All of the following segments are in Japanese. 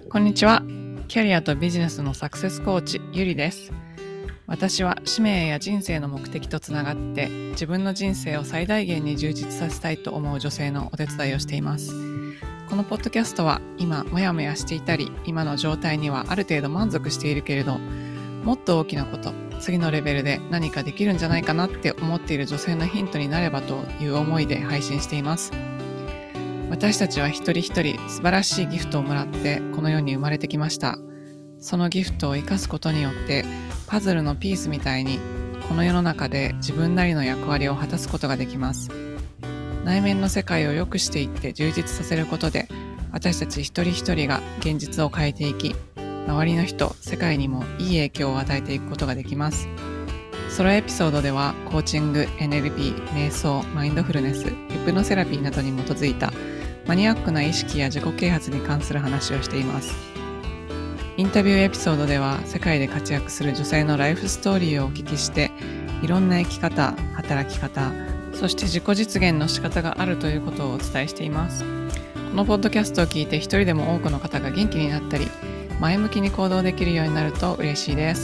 こんにちは。キャリアとビジネスのサクセスコーチ、ゆりです。私は使命や人生の目的とつながって自分の人生を最大限に充実させたいと思う女性のお手伝いをしています。このポッドキャストは今もやもやしていたり、今の状態にはある程度満足しているけれど、もっと大きなこと、次のレベルで何かできるんじゃないかなって思っている女性のヒントになればという思いで配信しています。私たちは一人一人素晴らしいギフトをもらってこの世に生まれてきました。そのギフトを生かすことによってパズルのピースみたいにこの世の中で自分なりの役割を果たすことができます。内面の世界を良くしていって充実させることで私たち一人一人が現実を変えていき、周りの人、世界にもいい影響を与えていくことができます。ソロエピソードではコーチング、NLP、瞑想、マインドフルネス、ヒプノセラピーなどに基づいたマニアックな意識や自己啓発に関する話をしています。インタビューエピソードでは世界で活躍する女性のライフストーリーをお聞きして、いろんな生き方、働き方、そして自己実現の仕方があるということをお伝えしています。このポッドキャストを聞いて一人でも多くの方が元気になったり、前向きに行動できるようになると嬉しいです。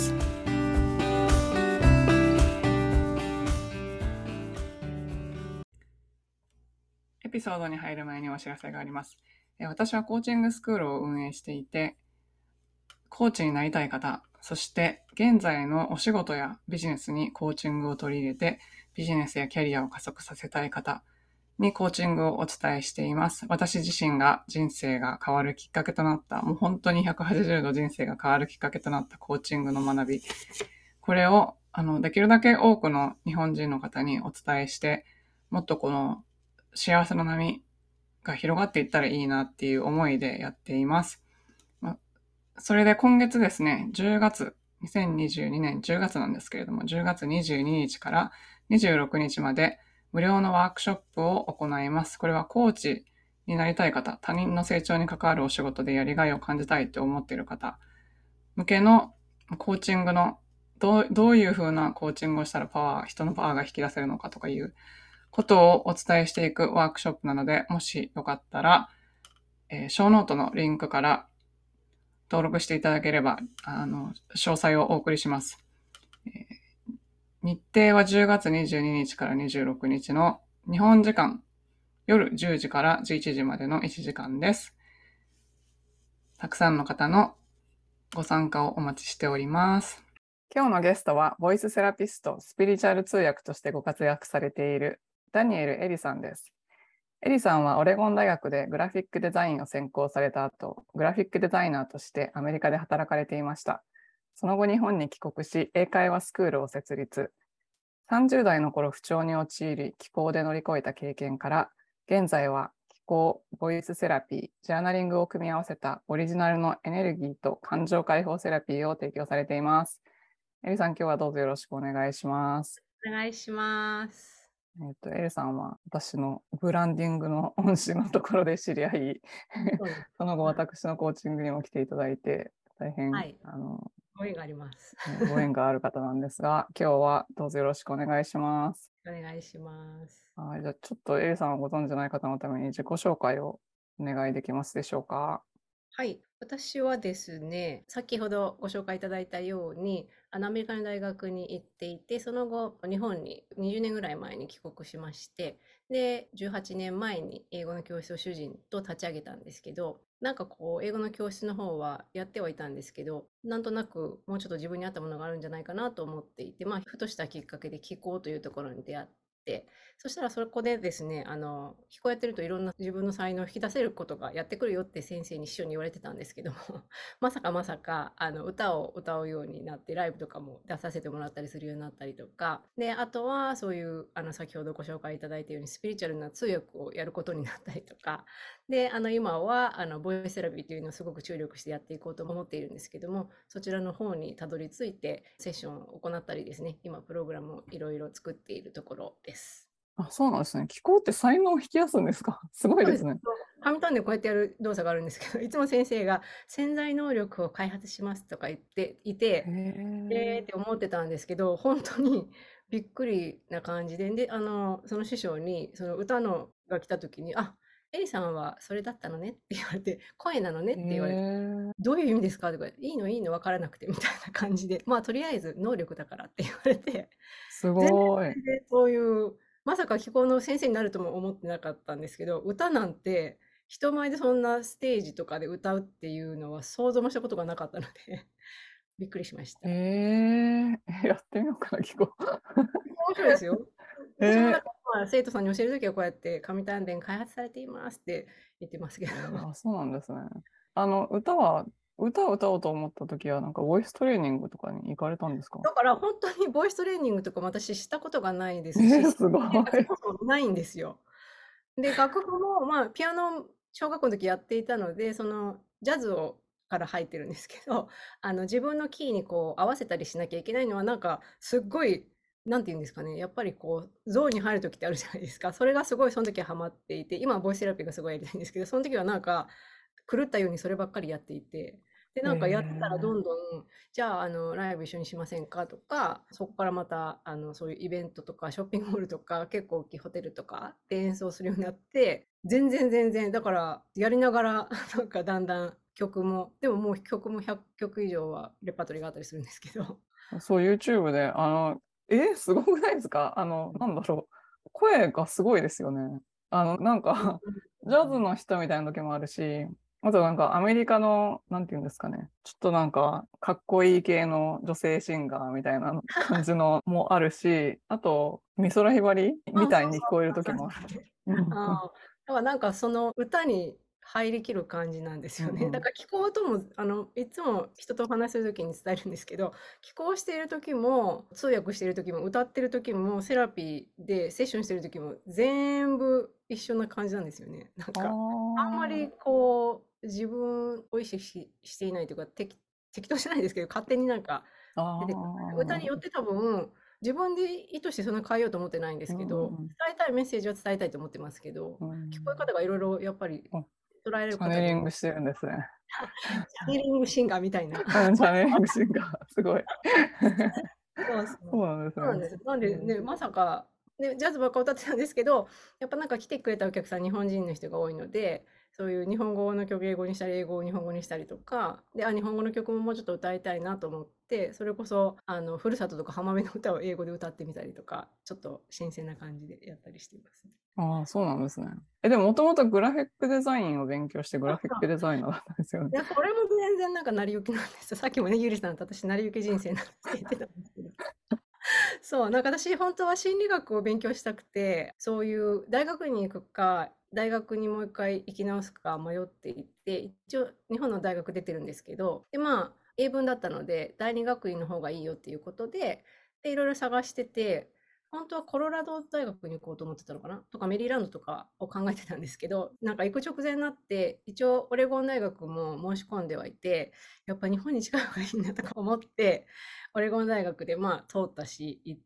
エピソードに入る前にお知らせがあります。私はコーチングスクールを運営していて、コーチになりたい方、そして現在のお仕事やビジネスにコーチングを取り入れて、ビジネスやキャリアを加速させたい方にコーチングをお伝えしています。私自身が人生が変わるきっかけとなった、もう本当に180度人生が変わるきっかけとなったコーチングの学び、これをできるだけ多くの日本人の方にお伝えして、もっとこの幸せの波が広がっていったらいいなっていう思いでやっています。それで今月ですね、10月、2022年10月なんですけれども、10月22日から26日まで無料のワークショップを行います。これはコーチになりたい方、他人の成長に関わるお仕事でやりがいを感じたいと思っている方向けのコーチングのどういう風なコーチングをしたら人のパワーが引き出せるのかとかいうことをお伝えしていくワークショップなので、もしよかったら、ショーノートのリンクから登録していただければ、詳細をお送りします。日程は10月22日から26日の日本時間夜10時から11時までの1時間です。たくさんの方のご参加をお待ちしております。今日のゲストはボイスセラピスト、スピリチュアル通訳としてご活躍されているダニエル・エリさんです。エリさんはオレゴン大学でグラフィックデザインを専攻された後、グラフィックデザイナーとしてアメリカで働かれていました。その後日本に帰国し、英会話スクールを設立。30代の頃不調に陥り、気候で乗り越えた経験から、現在は気候、ボイスセラピー、ジャーナリングを組み合わせたオリジナルのエネルギーと感情解放セラピーを提供されています。エリさん、今日はどうぞよろしくお願いします。 お願いします。 エリさんは私のブランディングの恩師のところで知り合い、その後私のコーチングにも来ていただいて、大変、 はい、ご縁があります。 ご縁がある方なんですが、今日はどうぞよろしくお願いします。 お願いします。 はい、じゃあちょっとエリさんをご存じない方のために自己紹介をお願いできますでしょうか。 はい、私はですね、先ほどご紹介いただいたように、アメリカの大学に行っていて、その後、日本に20年ぐらい前に帰国しまして、で、18年前に英語の教室を主人と立ち上げたんですけど、なんかこう、英語の教室の方はやってはいたんですけど、なんとなくもうちょっと自分に合ったものがあるんじゃないかなと思っていて、ふとしたきっかけで気候というところに出会って、そしたらそこでですね、聞こえてるといろんな自分の才能を引き出せることがやってくるよって先生に師匠に言われてたんですけども、まさか、歌を歌うようになって、ライブとかも出させてもらったりするようになったりとか、で、あとはそういう、先ほどご紹介いただいたように、スピリチュアルな通訳をやることになったりとか、で、今は、ボイスセラピーというのをすごく注力してやっていこうと思っているんですけども、そちらの方にたどり着いて、セッションを行ったりですね、今、プログラムをいろいろ作っているところです。 あ、そうなんですね。気候って才能を引き出すんですか。すごいそうです。 ですね。 紙タンでこうやってやる動作があるんですけど、いつも先生が潜在能力を開発しますとか言っていへて、 え。 って思ってたんですけど、本当にびっくりな感じで、で、その師匠にその歌のが来た時に、あ、 エリさんはそれだったのねって言われて、声なのねっへて言われて、 え、 どういう意味ですかとか、いいのいいの分からなくてみたいな感じで、まあとりあえず能力だからって言われて、 す全然ごい。 全然そういう、まさか気候の先生になるとも思ってなかったんですけど、歌なんて人前でそんなステージとかで歌うっていうのは想像もしたことがなかったのでびっくりしました。 やってみようかな、聞こ面白いですよ。 う。 私もなんか、まあ、生徒さんに教えるときはこうやって紙丹田開発されていますって言ってますけど。 あ、そうなんですね。歌を歌おうと思った時は、なんか、ボイストレーニングとかに行かれたんですか？ だから本当にボイストレーニングとかも私したことがないですし、 すごい。 そもそもないんですよ。で、楽譜も、まあ、ピアノ、小学校の時やっていたので、その、ジャズをから入ってるんですけど、自分のキーにこう合わせたりしなきゃいけないのは、なんか、すっごい、なんて言うんですかね、やっぱりこう、ゾーンに入る時ってあるじゃないですか。それがすごいその時はハマっていて、今はボイスセラピーがすごいやりたいんですけど、その時はなんか、狂ったようにそればっかりやっていて、で、なんかやってたらどんどん、じゃあ、ライブ一緒にしませんかとか、そこからまた、そういうイベントとか、ショッピングモールとか、結構大きいホテルとかで演奏するようになって、全然全然、だから、やりながら、なんかだんだん曲も、でももう曲も100曲以上はレパートリーがあったりするんですけど。 そう、YouTube で、すごくないですか？なんだろう。声がすごいですよね。なんか、ジャズの人みたいな時もあるし、あとなんかアメリカの、なんていうんですかね。ちょっとなんか、かっこいい系の女性シンガーみたいな感じのもあるし、あと、美空ひばりみあ、 たいそうそう、 に聞こえるまさに。 時もある。うんうんああ、だからなんかその歌に入りきる感じなんですよね。だうんから聞こうとも、いつも人とお話しするときに伝えるんですけど、聞こうしているときも、通訳しているときも、歌ってるときも、セラピーでセッションしてるときも、全部一緒な感じなんですよね。なんあか、あんまりあ、 こう、自分を意識していないというか、適当じゃないですけど、勝手になんかあ出てくる。歌によっあ、 て多分、自分で意図してそんな変えようと思ってないんでうすけど、 んうん伝えたいメッセージは伝えたいと思ってますけど、 う聞こえん。 方がいろいろやっぱりあ、 捉えられるチャネリ方がいる。 ングしてるんですね。 チャネリングシンガーみたいな。 うん、チャネリング進化、すごい。 そうそう。 そうなんですね。 そうなんです。なんでね、 うんまさか、ね、ジャズばっか歌ってたんですけど、やっぱなんか来てくれたお客さん、日本人の人が多いので、そういう日本語の曲英語にしたり、英語を日本語にしたりとか、で、日本語の曲ももうちょっと歌いたいなと思って、それこそ、ふるさととか浜辺の歌を英語で歌ってみたりとか、ちょっと新鮮な感じでやったりしています。 ああ、そうなんですね。でももともとグラフィックデザインを勉強してグラフィックデザイナーだったんですよね。 いや、それも全然なんか成り行きなんですよ。さっきもね、ゆりさんと私、成り行き人生なんですって言ってたんですけど。そう、なんか私、本当は心理学を勉強したくて、そういう大学に行くか、大学にもう一回行き直すか迷っていて、一応日本の大学出てるんですけど、で、まあ、英文だったので、第二学位の方がいいよっていうことで、いろいろ探してて、本当はコロラド大学に行こうと思ってたのかなとか、メリーランドとかを考えてたんですけど、なんか行く直前になって、一応オレゴン大学も申し込んではいて、やっぱ日本に近い方がいいなとか思って、オレゴン大学でまあ通ったし行って、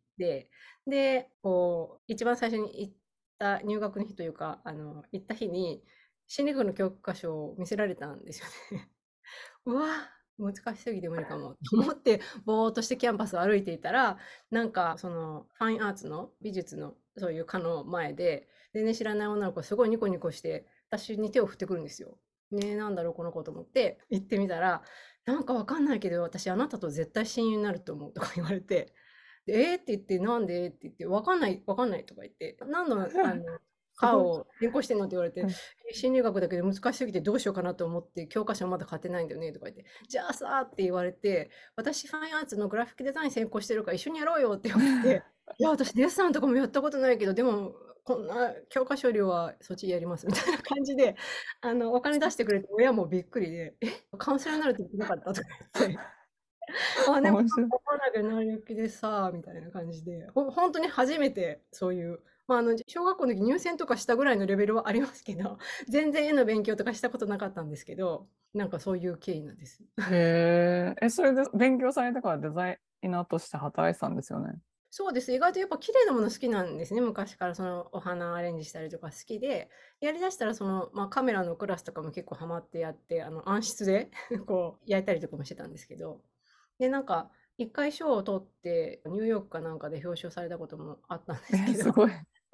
で、こう、一番最初に行った入学の日というか、行った日に、心理学の教科書を見せられたんですよね。うわ、難しすぎて無理かもと思って、ぼーっとしてキャンパスを歩いていたら、なんかそのファインアーツの美術のそういう科の前で、全然知らない女の子がすごいニコニコして、私に手を振ってくるんですよ。ねえ、なんだろう、この子と思って行ってみたら、なんかわかんないけど、私あなたと絶対親友になると思うとか言われて、でって言って、なんでって言って、わかんない、わかんないとか言って、何の、 すごい。 科を専攻してんのって言われて、心理学だけど難しすぎてどうしようかなと思って、教科書まだ買ってないんだよねとか言って、じゃあさーって言われて、私ファインアーツのグラフィックデザイン専攻してるから一緒にやろうよって言われて、いや、私デッサンとかもやったことないけど、でも、こんな教科書料はそっちやりますみたいな感じで、お金出してくれて、親もびっくりで、カウンセラーになるって言ってなかったとか言って、あ、でも、 面白い。 ここだけ成り行きでさ、みたいな感じで、本当に初めてそういう、まあ、小学校の時入選とかしたぐらいのレベルはありますけど、全然絵の勉強とかしたことなかったんですけど、なんかそういう経緯なんです。 それで勉強されてからデザイナーとして働いてたんですよね。 そうです。意外とやっぱ綺麗なもの好きなんですね。昔からそのお花アレンジしたりとか好きで、やりだしたらその、まあ、カメラのクラスとかも結構ハマってやって、暗室でこう焼いたりとかもしてたんですけど、で、なんか一回賞を取ってニューヨークかなんかで表彰されたこともあったんですけど、 すごい。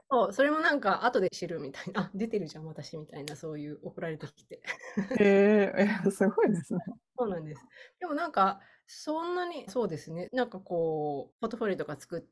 そう、それもなんか後で知るみたいな、あ、出てるじゃん、私みたいな、そういう送られてきて。 すごいですね。 そうなんです。でもなんか、そんなに、そうですね、なんかこう、ポートフォリオとか作って、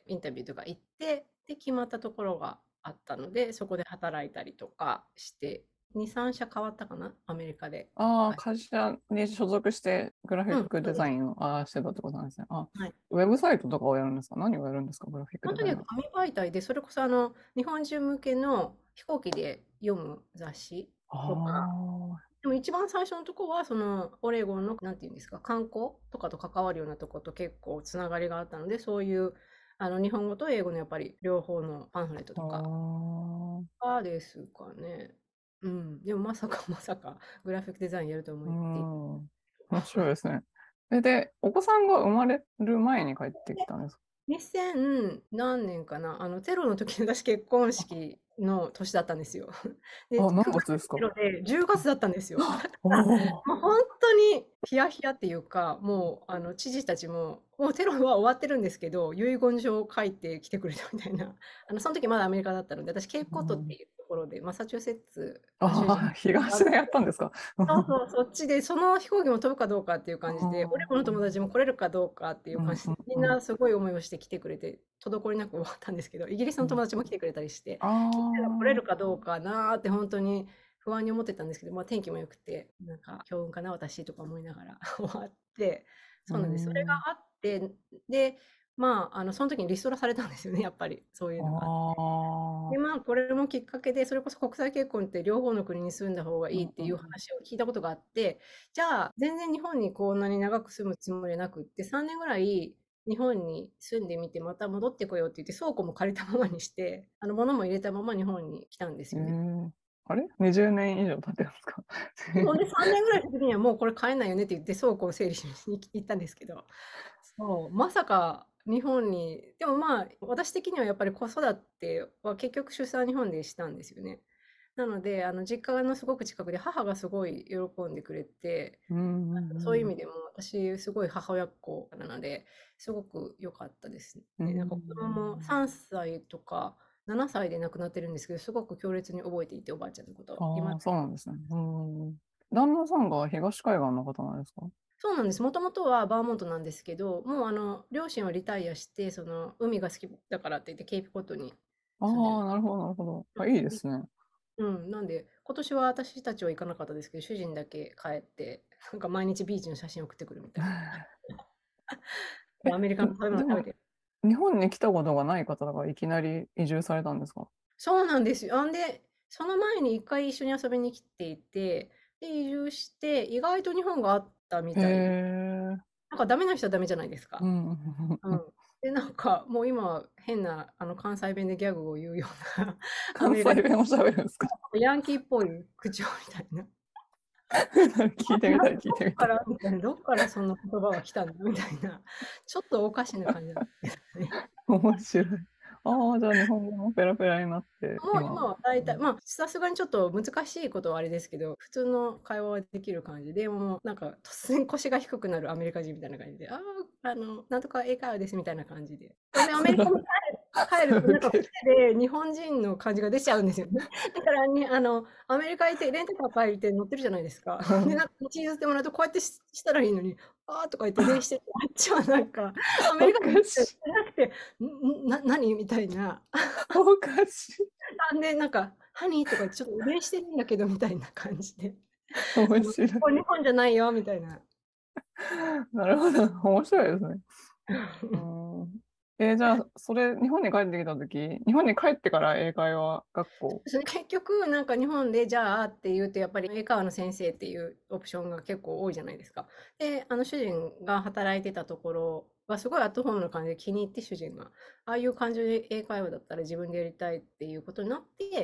インタビューとか行って、で、決まったところがあったので、そこで働いたりとかして、2、3社変わったかな、アメリカで。 ああ、会社に所属してグラフィッうん、 クデそうです。 ザインをしてたってことなんですね。 はい。 ウェブサイトとかをやるんですか？何をやるんですか？グラフィックその時はデザイナー。 紙媒体で、それこそ日本人向けの飛行機で読む雑誌あとか、 あ、 でも一番最初のとこは、そのオレゴンの、なんていうんですか、観光とかと関わるようなとこと結構つながりがあったので、そういう、日本語と英語のやっぱり両方のパンフレットあとかあ、 ですかね。うん。でもまさかまさかグラフィックデザインやると思うっていん。面白いですね。で、お子さんが生まれる前に帰ってきたんですか？ 2000何年かな、テロの時に私結婚式の年だったんですよ。で、 あ、何 9月月ですか？ テロで10月だったんですよ。 おおもう本当にヒヤヒヤっていうか、もう知事たちも、もうテロは終わってるんですけど、遺言状を書いてきてくれたみたいな、その時まだアメリカだったので、私、ケイプコットっていうところで、マサチューセッツが主人東でやったんですか？ そうそう、そっちで、その飛行機も飛ぶかどうかっていうあ感じで、俺ーもの友達も来れるかどうかっていううん感じで、みんうんうんなすごい思いをして来てくれて、滞りなく終わったんですけど、イギリスの友うん。 達も来てくれたりして、 あみんなが来れるあ、 かどうかなーって本当に不安に思ってたんですけど、まあ、天気も良くて、なんか強運かな、私とか思いながら終わって、 うそうなんです。それがん。 あって、で、まあ、その時にリストラされたんですよね、やっぱり、そういうのがあって。 あで、 あ、 まあ、これもきっかけで、それこそ国際結婚って両方の国に住んだ方がいいっていううんうん。 話を聞いたことがあって、じゃあ、全然日本にこんなに長く住むつもりはなくって、3年ぐらい日本に住んでみて、また戻ってこようって言って、倉庫も借りたままにして、物も入れたまま日本に来たんですよね。 あれ ?20 年以上経ってますか？ ほんで3年ぐらいの時にはもうこれ買えないよねって言って倉庫を整理しに行ったんですけど、そう、まさか日本に、でもまあ私的にはやっぱり子育ては結局出産は日本でしたんですよね。なので、実家のすごく近くで母がすごい喜んでくれて、 うんうんそういう意味でも私すごい母親っ子なので、すごく良かったですうん。 ね。なんか子供も3歳とか7歳で亡くなってるんですけど、すごく強烈に覚えていて、おばあちゃんのこと。今ああ、そうなんですね。旦那さんが東海岸の方なんですか？ そうなんです。もともとはバーモントなんですけど、もう両親はリタイアして、海が好きだからって言ってケープコットにあ住んでる。 あ、なるほど、なるほど。いいですね。 うん、なんで、今年は私たちは行かなかったですけど、主人だけ帰って、なんか毎日ビーチの写真送ってくるみたいな。で、アメリカの食べ物でも、 食べてる。 日本に来たことがない方がいきなり移住されたんですか？ そうなんですよ。で、その前に一回一緒に遊びに来ていて、で、移住して、意外と日本があったみへたいで、 え。 なんかダメな人はダメじゃないですか。 うんうんうん。 うん。で、なんか、もう今は変な、関西弁でギャグを言うようなア関メリカ人、 西弁を喋るんですか？ ヤンキーっぽい口調みたいな。 聞いてみたい、聞いてみたい。 みたいな、どっからその言葉が来たんだみたいな、ちょっとおかしな感じなんですけどね。 面白い。ああ、じゃあ日本語もペラペラになって、今。 もう今は大体、まあ、さすがにちょっと難しいことはあれですけど、普通の会話はできる感じで、もうなんか突然腰が低くなるアメリカ人みたいな感じで、なんとか英会話ですみたいな感じで。ほんで、アメリカに帰ると、なんかウケる。 癖で日本人の感じが出ちゃうんですよね。だからに、アメリカ行ってレンタカー借りて乗ってるじゃないですか。で、なんか道譲ってもらうと、こうやってしたらいいのに、あーとか言って礼して、あっちはなんか、アメリカ人っておかしい。 なくて、何みたいな。 おかしい。 で、なんか、ハニーとか言って、ちょっとお礼してるんだけど、みたいな感じで。 面白い。 ここ日本じゃないよ、みたいな。 なるほど。面白いですね。うん。じゃあ、それ、日本に帰ってきたとき、日本に帰ってから英会話学校。 それ結局、なんか日本でじゃあって言うと、やっぱり英会話の先生っていうオプションが結構多いじゃないですか。で、主人が働いてたところはすごいアットホームな感じで気に入って、主人が。ああいう感じで英会話だったら自分でやりたいっていうことになって、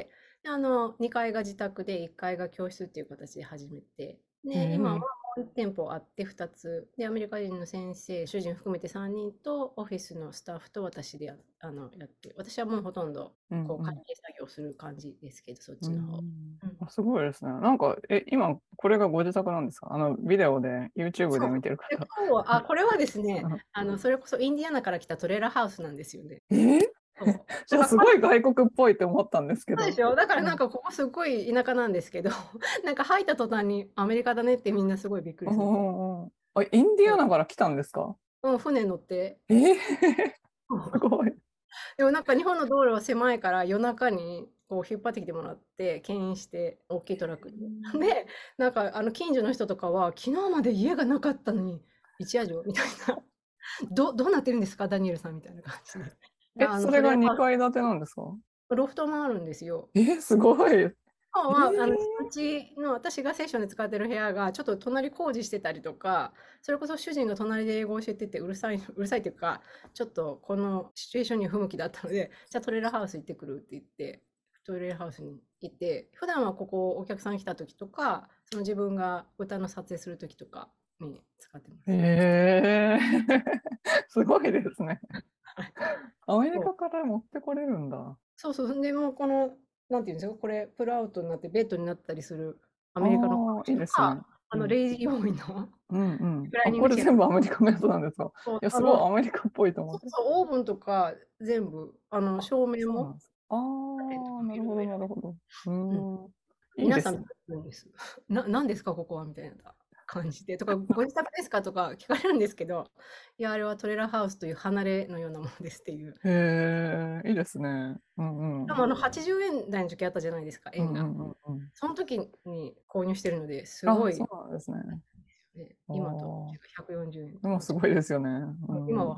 で2階が自宅で1階が教室っていう形で始めて、で、今はええ。 店舗あって2つ。で、アメリカ人の先生、主人含めて3人と、オフィスのスタッフと私でやって、私はもうほとんどこう会うん計作業する感じですけど、そっうちの方。 ん。 うん、 すごいですね。なんか、今、これがご自宅なんですか？ビデオで、YouTube でそう。 見てるで、 方。 今日は、これはですね、それこそインディアナから来たトレーラーハウスなんですよね。 えそう。 じゃあすごい外国っぽいって思ったんですけど。 そうでしょ。だからうん。 なんかここすごい田舎なんですけど、なんか入った途端にアメリカだねってみんなすごいびっくうりする。 んうん。あ、インディアナから来たんですか？ うん、船乗って。 えー、すごい。 でもなんか日本の道路は狭いから夜中にこう引っ張ってきてもらって牽引して大きいトラックに。で、なんか近所の人とかは昨日まで家がなかったのに一夜城みたいな。どうなってるんですかダニエルさんみたいな感じで。 え、それがトレーラー、 2階建てなんですか？ ロフトもあるんですよ。 すごい。 今はうちの私がセッションで使ってる部屋がちょっと隣工事してたりとか、それこそ主人が隣で英語を教えててうるさいっていうか、ちょっとこのシチュエーションに不向きだったので、じゃあトレーラーハウス行ってくるって言って、トレーラーハウスに行って、普段はここお客さん来た時とか、その自分が歌の撮影する時とかに使ってます。 えすごいですね。 はい。 アメリそうカから持ってこれるんだ。 そうそう。でもうこの、なんていうんですか、これ、プルアウトになってベッドになったりするアメリカのカウああ、いチいですね。 とか、 うん。 レイジー用品のうんうん。 リクライあ、これニングチェア、 全部アメリカのやつなんですか？ そういや、すごいアメリカっぽいと思って。 そうそう、オーブンとか全部、 あ、 照明も、 そうなんです。ああ、なるほど、 いろいろ。 なるほど。 うん。 いいですね。 皆さんどうするんです。なんですか、ここはみたいな感じで。とか、ご自宅ですかとか聞かれるんですけど、いや、あれはトレーラーハウスという離れのようなものですっていう。 へえ、いいですね。うんうん。 でも80円台の時あったじゃないですか、円が。 うんうんうんうん。 その時に購入してるので、すあ、 ごいそうなんですね。 ね、 あ今とあ、 140円とか違う。 でもすごいですよね。うん。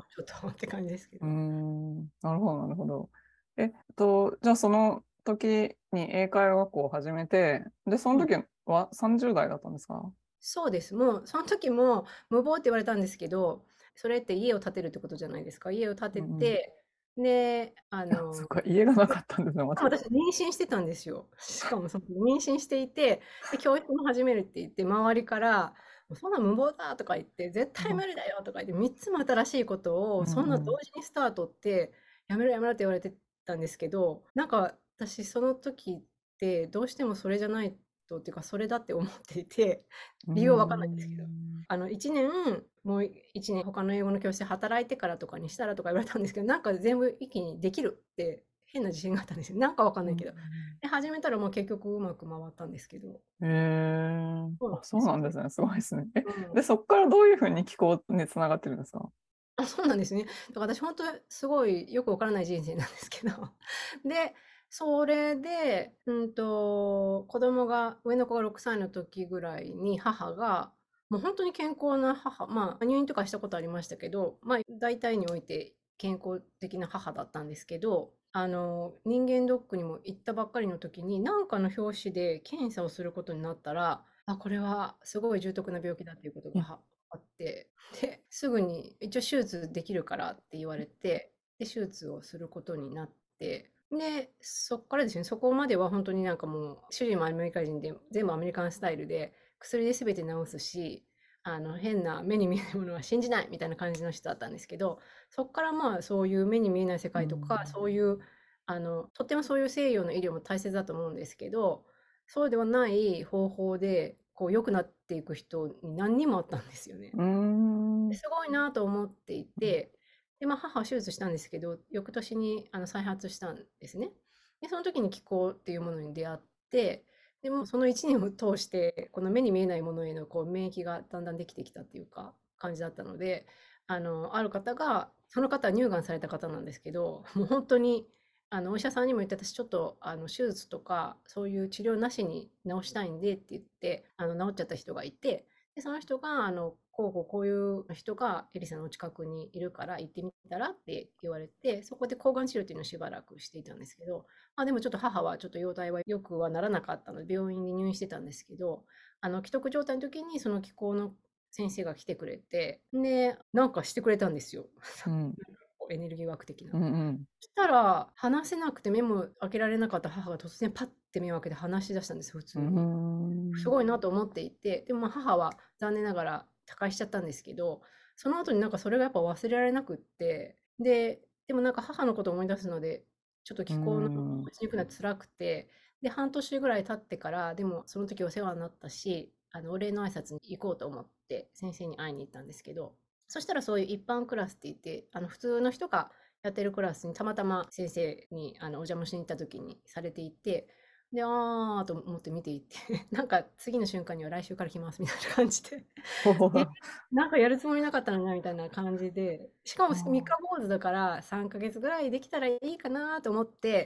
今はちょっとって感じですけど。 なるほど、なるほど。じゃあその時に英会話学校を始めて、で、そうん、 の時は30代だったんですか？ そうです。もうその時も無謀って言われたんですけど、それって家を建てるってことじゃないですか。家を建てうんうん。 て、で、 あ、そっか、家がなで、 かったんですね、まだ。 しかも私妊娠してたんですよ。しかもその時妊娠していて、で、教育も始めるって言って、周りから、もうそんな無謀だとか言って、絶対無理だよとか言って、3つも新しいことうを、そんな同んうん。 時にスタートって、やめろやめろって言われてたんですけど、なんか私その時ってどうしてもそれじゃないとっていうか、それだって思っていて、 う理由はわかんないんですけど、 ん。 1年、もう1年他の英語の教室で働いてからとかにしたらとか言われたんですけど、なんか全部一気にできるって変な自信があったんですよ。なんかわかんうん。 ないけど。で、始めたらもう結局うまく回ったんですけど。そうなあ、 んですよね。 そうなんですね。すごいですね。で、 うん。 そこからどういうふうに気候につながってるんですか？ あ、そうなんですね。だから私本当すごいよくわからない人生なんですけど。で、それで、子供が、上の子が6歳の時ぐらいに母が、もう本当に健康な母、まあ入院とかしたことありましたけど、まあ大体において健康的な母だったんですけど、人間ドックにも行ったばっかりの時に、なんかの表紙で検査をすることになったら、あ、これはすごい重篤な病気だっていうことがあって、で、すぐに一応手術できるからって言われて、で、手術をすることになって、で、そこからですね、そこまでは本当になんかもう、主人もアメリカ人で、全部アメリカンスタイルで、薬で全て治すし、変な目に見えないものは信じないみたいな感じの人だったんですけど、そこからまあ、そういう目に見えない世う界とか、 ん。 そういう、とってもそういう西洋の医療も大切だと思うんですけど、そうではない方法で、こう良くなっていく人に何人もあったんですよね。 うん。 ですごいなと思っていて、で、まあ、母は手術したんですけど、翌年に再発したんですね。で、その時に気候っていうものに出会って、でもその1年を通して、この目に見えないものへのこう免疫がだんだんできてきたっていうか、感じだったので、ある方が、その方は乳がんされた方なんですけど、もう本当に、お医者さんにも言って、私ちょっと、手術とか、そういう治療なしに治したいんでって言って、治っちゃった人がいて、で、その人が、こういう人がエリさんのお近くにいるから行ってみたらって言われて、そこで抗がん治療っていうのをしばらくしていたんですけど、まあでもちょっと母はちょっと容体は良くはならなかったので、病院に入院してたんですけど、既得状態の時にその気候の先生が来てくれて、で、なんかしてくれたんですよ。 うん。 エネルギー学的な。 うんうん。 そしたら、話せなくて目も開けられなかった母が突然パッて目を開けて話し出したんです普う通に。すん。 ごいなと思っていて、でもまあ母は残念ながら他界しちゃったんですけど、その後になんかそれがやっぱ忘れられなくって、でもなんか母のことを思い出すので、ちょっとう気候のん。 うちに行くのは辛くて、で、半年ぐらい経ってから、でもその時お世話になったし、お礼の挨拶に行こうと思って先生に会いに行ったんですけど、そしたらそういう一般クラスって言って、普通の人がやってるクラスにたまたま先生にお邪魔しに行った時にされていて、で、ああと思って見ていて、なんか次の瞬間には来週から来ますみたいな感じで、え、なんかやるつもりなかったのになみたいな感じで、しかも三日坊主だから3ヶ月ぐらいできたらいいかなと思って、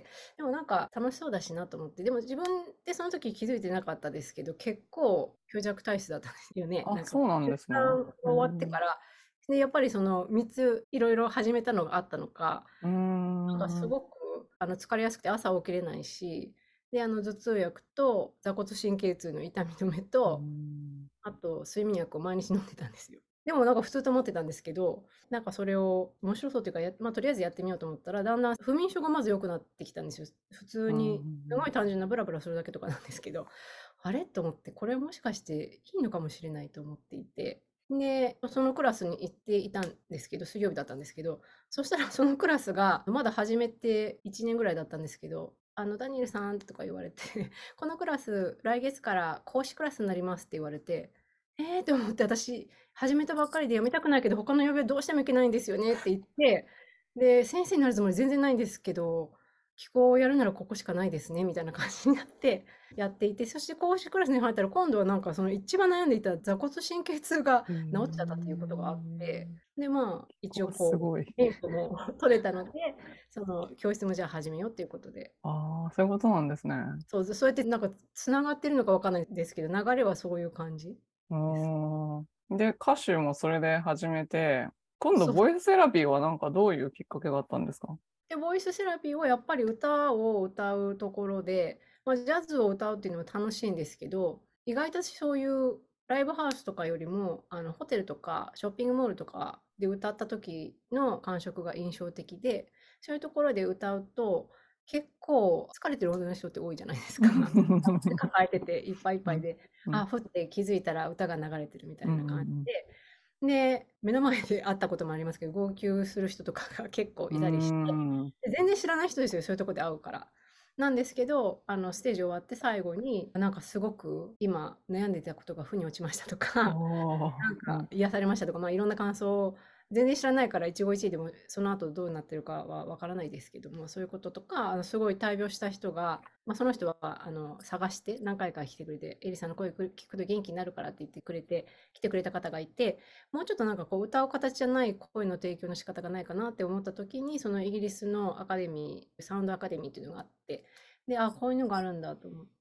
でもなんか楽しそうだしなと思って、でも自分でその時気づいてなかったですけど、結構虚弱体質だったんですよね。 あ、 なんかそうなん出ですね。 産が終わってから、で、やっぱりその3ついろいろ始めたのがあったのか、 うーなんかすん。 ごく疲れやすくて朝起きれないし、で、頭痛薬と座骨神経痛の痛み止めうーと、 ん。 あと睡眠薬を毎日飲んでたんですよ。でもなんか普通と思ってたんですけど、なんかそれを面白そうというか、まあ、とりあえずやってみようと思ったら、だんだん不眠症がまず良くなってきたんですよ。普通うんうんに、すごい単純なブラブラするだけとかなんですけど、あれと思って、これもしかしていいのかもしれないと思っていて、で、そのクラスに行っていたんですけど、水曜日だったんですけど、そしたらそのクラスがまだ始めて1年ぐらいだったんですけど、ダニエルさんとか言われて、このクラス来月から講師クラスになりますって言われて、と思って私始めたばっかりで辞めたくないけど他の曜日はどうしてもいけないんですよねって言って、で、先生になるつもり全然ないんですけど、気候をやるならここしかないですねみたいな感じになってやっていて、そして講師クラスに入ったら今度はなんかその一番悩んでいた座骨神経痛がへ治っちゃったということがあって、 え。 で、まあ一応こう、 すごい。 免許も取れたので、その教室もじゃあ始めようっていうことで、 ああ、そういうことなんですね。 そう、そうやってなんかつながってるのかわかんないですけど、流れはそういう感じうです。 ーん。で、歌手もそれで始めて、今度そうボイスセラピーはなんかどういうきっかけがあったんですか？ で、ボイスセラピーはやっぱり歌を歌うところで、まあ、ジャズを歌うっていうのは楽しいんですけど、意外とそういうライブハウスとかよりも、ホテルとかショッピングモールとかで歌った時の感触が印象的で、そういうところで歌うと、結構疲れてる女の人って多いじゃないですか。抱えてていっぱいいっうんぱいで、 うんあ、ふって気づいたら歌が流れてるみたうんいな感うんじで、で、目の前で会ったこともありますけど、号泣する人とかが結構ういたりして、 ん。うーん。 で全然知らない人ですよ、そういうとこで会うから。なんですけど、ステージ終わって最後に、なんかすごく今悩んでたことが腑に落ちましたとあか、なあ、 んうん。 か癒されましたとか、まあ、いろんな感想を全然知らないから一期一会でもその後どうなってるかはわからないですけども、そういうこととか、すごい大病した人が、まあ、その人は探して何回か来てくれて、エリさんの声聞くと元気になるからって言ってくれて、来てくれた方がいて、もうちょっとなんかこう歌う形じゃない声の提供の仕方がないかなって思った時に、そのイギリスのアカデミー、サウンドアカデミーっていうのがあって、で、あ、こういうのがあるんだと思って、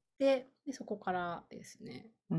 で、そこからですね。 うん。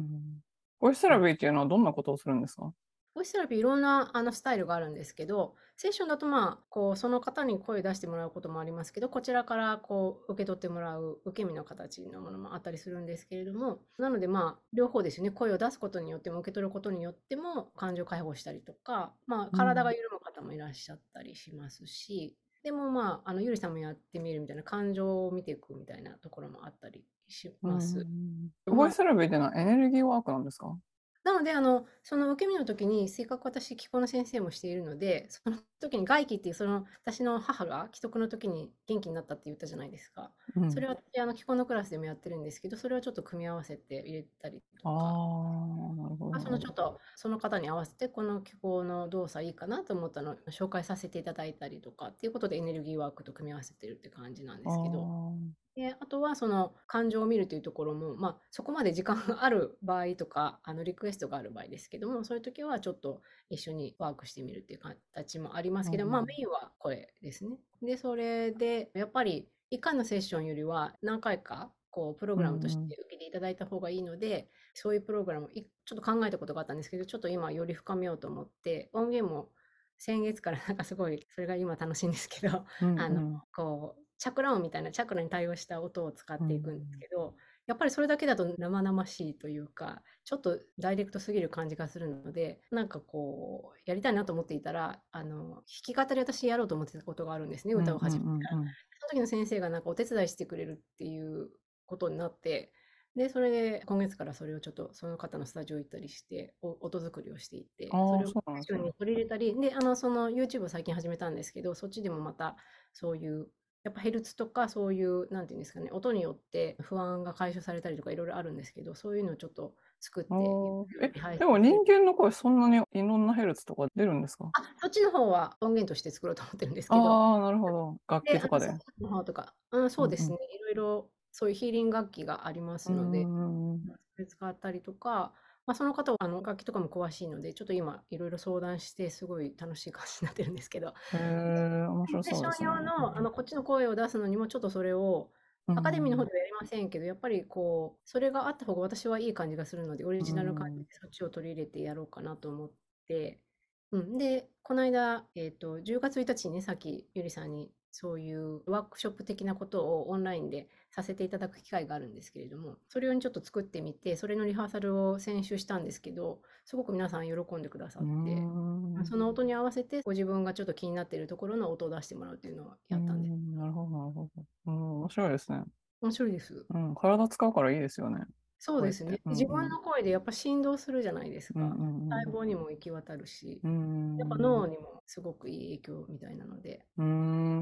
ボイスセうんラピーっていうのはどんなことをするんですか？ ボイスセラピーいろんなスタイルがあるんですけど、セッションだとまあ、こう、その方に声を出してもらうこともありますけど、こちらからこう、受け取ってもらう受け身の形のものもあったりするんですけれども、なのでまあ、両方ですよね。声を出すことによっても、受け取ることによっても、感情解放したりとか、まあ、 うん。 体が緩む方もいらっしゃったりしますし、でもまあ、ゆりさんもやってみるみたいな、感情を見ていくみたいなところもあったりしうます。 ん。ボまあイスセラピーっていうのはエネルギーワークなんですか？ なので、その受け身の時に、せっかく私、気候の先生もしているので、その時に外気っていう、私の母が危篤の時に元気になったって言ったじゃないですか。 うん。 それは私、気候のクラスでもやってるんですけど、それをちょっと組み合わせて入れたりとあか、 あ、なるほど、なるほど。 ちょっと、その方に合わせて、この気候の動作いいかなと思ったのを紹介させていただいたりとかっていうことで、エネルギーワークと組み合わせてるって感じなんであすけど、 あ。 で、あとはその感情を見るというところも、まあ、そこまで時間がある場合とか、リクエストがある場合ですけども、そういう時はちょっと一緒にワークしてみるっていう形もありますけど、まあ、 うん。 メインは声ですね。で、それで、やっぱり、1回のセッションよりは何回か、こう、プロうグラムとしん。 て受けていただいた方がいいので、そういうプログラムをちょっと考えたことがあったんですけど、ちょっと今より深めようと思って、音源も先月からなんかすごい、それが今楽しいんですけど、 うん。 あの、 うん。 こう、チャクラ音みたいな、チャクラに対応した音を使っうていくんですん。 けど、やっぱりそれだけだと生々しいというか、ちょっとダイレクトすぎる感じがするので、なんかこう、やりたいなと思っていたら、弾き語り私やろうと思ってたことがあるんですね、 うん。うん。 歌を始めてから。 うん。 その時の先生がなんかお手伝いしてくれるっていうことになって、で、それで今月からそれをちょっとその方のスタジオ行ったりして、音作りをしていて、そああ、 れをセそうなんですね。 ッションに取り入れたり、で、その YouTube を最近始めたんですけど、そっちでもまたそういうやっぱヘルツとかそういう、なんていうんですかね、音によって不安が解消されたりとかいろいろあるんですけど、そういうのをちょっと作って配でも人信してる。 間の声そんなにいろんなヘルツとか出るんですか？ あ、そっちの方は音源として作ろうと思ってるんですけど、 ああー、なるほど。楽器で、 とかで。 サックスの方とか、うん、そうんうん。 うですね、いろいろそういうヒーリング楽器がありまうすので、 んうん。 それ使ったりとか、まあ、その方は楽器とかも詳しいので、ちょっと今いろいろ相談して、すごい楽しい感じになってるんですけど、 へえ、面白セッションそうですね。 用の、こっちの声を出すのにも、ちょっとそれを、 うアカデミーの方ん。 ではやりませんけど、やっぱりこう、それがあった方が私はいい感じがするので、オリうジナル感じん。 でそっちを取り入れてやろうかなと思って、うん、で、この間、10月1日にね、さっきゆりさんにそういうワークショップ的なことをオンラインでさせていただく機会があるんですけれども、それ用にちょっと作ってみて、それのリハーサルを先週したんですけど、すごく皆さん喜んでくださうって、 ん。 その音に合わせてご自分がちょっと気になっているところの音を出してもらうっていうのをうやったんです。 ん。なるほど、なるほど。うん、面白いですね。 面白いです。 うん、体使うからいいですよね。声って。 そうですね。 うん自分うん。 の声でやっぱ振動するじゃないですうんか。 うん細胞にも行き渡るし、 うやっぱん。 脳にもすごくいい影響みたいなので、 うん。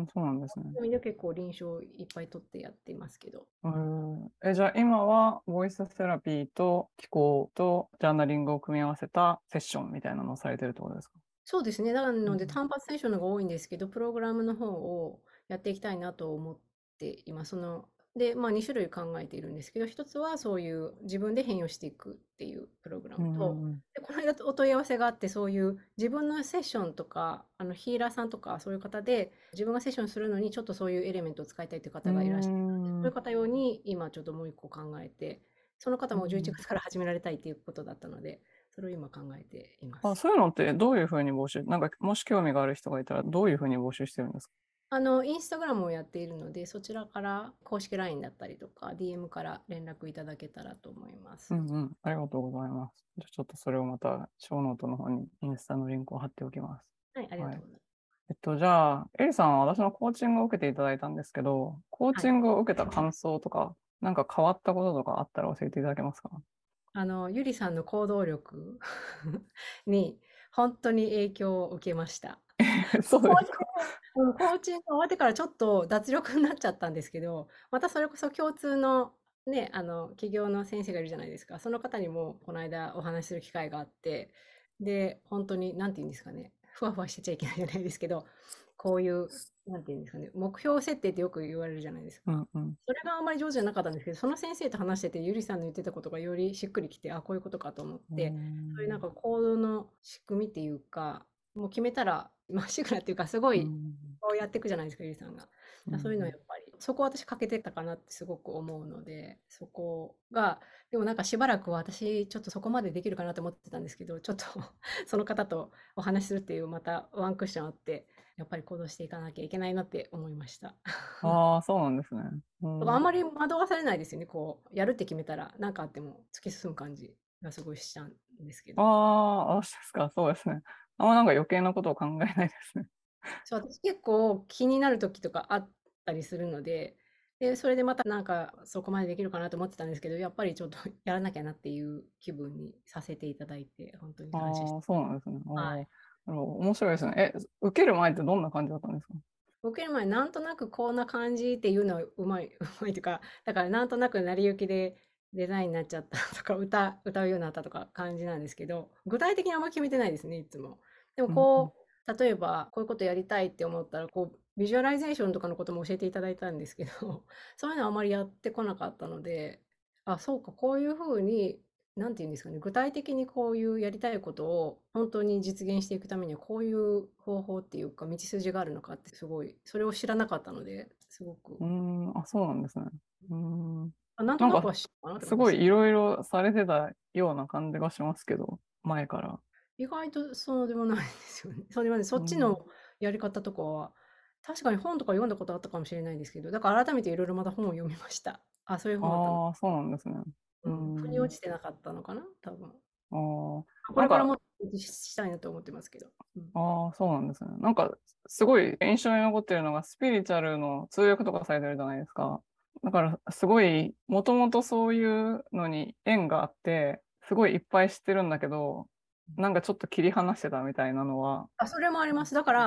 そうなんですね。 そういう意味で結構臨床いっぱい取ってやっていますけど。 じゃあ今は、ボイスセラピーと気候とジャーナリングを組み合わせたセッションみたいなのをされてるってことですか？ そうですね。なのでうん単発セッションのが多いんですけど、プログラムの方をやっていきたいなと思っています。で、まあ2種類考えているんですけど、一つはそういう自分で変容していくっていうプログラうムと、 んで、この間お問い合わせがあって、そういう自分のセッションとか、ヒーラーさんとかそういう方で、自分がセッションするのにちょっとそういうエレメントを使いたいというう方がいらっしゃるので、 ん。 そういう方用に今ちょっともう一個考えて、その方も11 うん。 月から始められたいということだったので、それを今考えていまあ、 す。 そういうのってどういうふうに募集、なんかもし興味がある人がいたらどういうふうに募集してるんですか？ インスタグラムをやっているので、そちらから公式 LINE だったりとか、DM から連絡いただけたらと思います。 うんうん。ありがとうございます。じゃあちょっとそれをまた、ショーノートの方にインスタのリンクを貼っておきます。 はい、ありがはい。 とうございます。 じゃあ、エリさんは私のコーチングを受けていただいたんですけど、コーはい。 チングを受けた感想とか、なんか変わったこととかあったら教えていただけますか？ ゆりさんの行動力に本当に影響を受けました。 そうコーチですか。 コーチング終わってからちょっと脱力になっちゃったんですけど、またそれこそ共通のね、企業の先生がいるじゃないですか。その方にもこの間お話しする機会があって、で、本当に、なんて言うんですかね、ふわふわしてちゃいけないじゃないですけど、こういう、なんて言うんですかね、目標設定ってよく言われるじゃないですか。 うんうん。 それがあんまり上手じゃなかったんですけど、その先生と話してて、ゆりさんの言ってたことがよりしっくりきて、あ、こういうことかと思っうーて、そういうなんん。 か行動の仕組みっていうか、もう決めたらまっしぐらっていうか、すごいうんこうやっていくじゃないですか、ゆりさんが。そういうのはうんやっぱり、そこは私欠けてたかなってすごく思うので、そこが、でもなんかしばらくは私、ちょっとそこまでできるかなと思ってたんですけど、ちょっとその方とお話しするっていうまたワンクッションあって、やっぱり行動していかなきゃいけないなって思いました。 ああ、そうなんですね。うん。 だからあんまり惑わされないですよね。こう、やるって決めたら、何かあっても突き進む感じがすごいしたんですけあど。 あ、あ、そうですか。そうですね。あんまなんか余計なことを考えないですね。 そう、私結構気になる時とかあったりするので、で、それでまたなんかそこまでできるかなと思ってたんですけど、やっぱりちょっとやらなきゃなっていう気分にさせていただいて、本当に感謝して。 ああ、そうなんですね。あはい。 あ、面白いですね。受ける前ってどんな感じだったんですか？ 受ける前なんとなくこんな感じっていうのはうまい、うまいというか、だからなんとなく成り行きでデザインになっちゃったとか、歌うようになったとか感じなんですけど、具体的にあんま決めてないですね、いつも。でもうんうん。 例えばこういうことやりたいって思ったら、こう、ビジュアライゼーションとかのことも教えていただいたんですけど、そういうのはあまりやってこなかったので、あ、そうか、こういうふうになんていうんですかね、具体的にこういうやりたいことを本当に実現していくためにはこういう方法っていうか道筋があるのかってすごい、それを知らなかったので、すごく、 うーん、あ、そうなんですね。うーん。 なんとなんか、 なくは知ったかなってす感じです。 ごいいろいろされてたような感じがしますけど、前から。 意外とそうでもないんですよね。そうでもない。そうん。 っちのやり方とかは、確かに本とか読んだことあったかもしれないんですけど、だから改めていろいろまた本を読みました。あ、そういう本あったの。 ああ、そうなんですね。ううん。腑にん。 落ちてなかったのかな、多分。 ああ、なんか、 これからもっとしたいなと思ってますけど。うん。 ああ、そうなんですね。なんか、すごい印象に残ってるのが、スピリチュアルの通訳とかされてるじゃないですか。だから、すごい、もともとそういうのに縁があって、すごいいっぱい知ってるんだけど、なんかちょっと切り離してたみたいなのは、 あ、それもあります。だから、